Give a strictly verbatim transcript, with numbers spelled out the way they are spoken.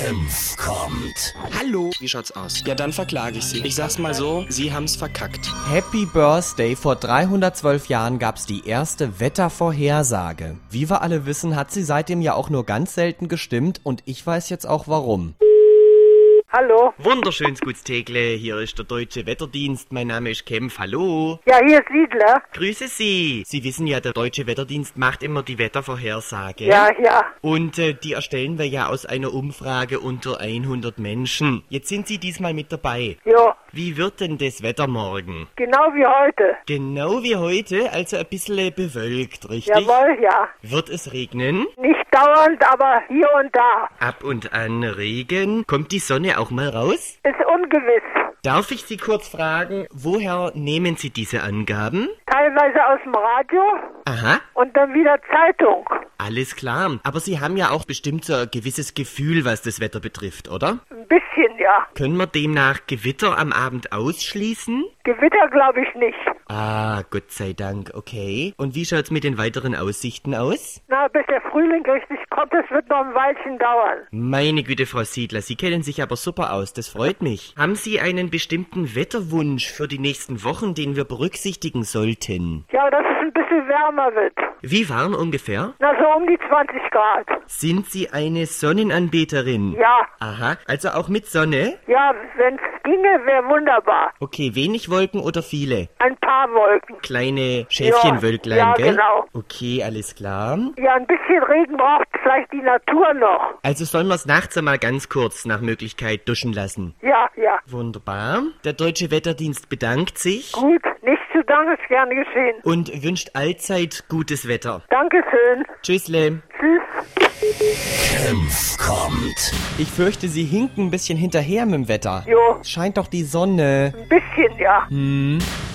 Senf kommt. Hallo, wie schaut's aus? Ja, dann verklage ich Sie. Ich sag's mal so, Sie haben's verkackt. Happy Birthday, vor dreihundertzwölf Jahren gab's die erste Wettervorhersage. Wie wir alle wissen, hat sie seitdem ja auch nur ganz selten gestimmt und ich weiß jetzt auch warum. Hallo? Wunderschönes gutes Tägle, hier ist der Deutsche Wetterdienst, mein Name ist Kempf, hallo. Ja, hier ist Siedler. Grüße Sie. Sie wissen ja, der Deutsche Wetterdienst macht immer die Wettervorhersage. Ja, ja. Und äh, die erstellen wir ja aus einer Umfrage unter hundert Menschen. Jetzt sind Sie diesmal mit dabei. Jo, Wie wird denn das Wetter morgen? genau wie heute. Genau wie heute, also ein bisschen bewölkt, richtig? Jawohl, ja. Wird es regnen? Nicht dauernd, aber hier und da. Ab und an Regen. Kommt die Sonne auch mal raus? Ist ungewiss. Darf ich Sie kurz fragen, woher nehmen Sie diese Angaben? Teilweise aus dem Radio Aha, und dann wieder Zeitung. alles klar. Aber Sie haben ja auch bestimmt so ein gewisses Gefühl, was das Wetter betrifft, oder? Ein bisschen, ja. Können wir demnach Gewitter am Abend ausschließen? Gewitter glaube ich nicht. Ah, Gott sei Dank, okay. Und wie schaut's mit den weiteren Aussichten aus? Na, bis der Frühling richtig kommt, das wird noch ein Weilchen dauern. Meine Güte, Frau Siedler, Sie kennen sich aber super aus, das freut mich. Haben Sie einen bestimmten Wetterwunsch für die nächsten Wochen, den wir berücksichtigen sollten? Ja, dass es ein bisschen wärmer wird. Wie warm ungefähr? Na, so um die zwanzig Grad. Sind Sie eine Sonnenanbeterin? Ja, Aha, also auch mit Sonne? ja, wenn's ginge, wäre wunderbar. Okay, wenig Wolken oder viele? Ein paar Wolken. Kleine Schäfchenwölklein, Ja, gell? genau. Okay, alles klar. Ja, ein bisschen Regen braucht vielleicht die Natur noch. Also sollen wir es nachts einmal ganz kurz nach Möglichkeit duschen lassen? Ja, ja. Wunderbar. Der Deutsche Wetterdienst bedankt sich Gut, nicht zu danken, ist gern geschehen. und wünscht allzeit gutes Wetter. Dankeschön. Tschüssle. Tschüss. Senf kommt. Ich fürchte, Sie hinken ein bisschen hinterher mit dem Wetter. Jo, Scheint doch die Sonne. ein bisschen, ja. Hm.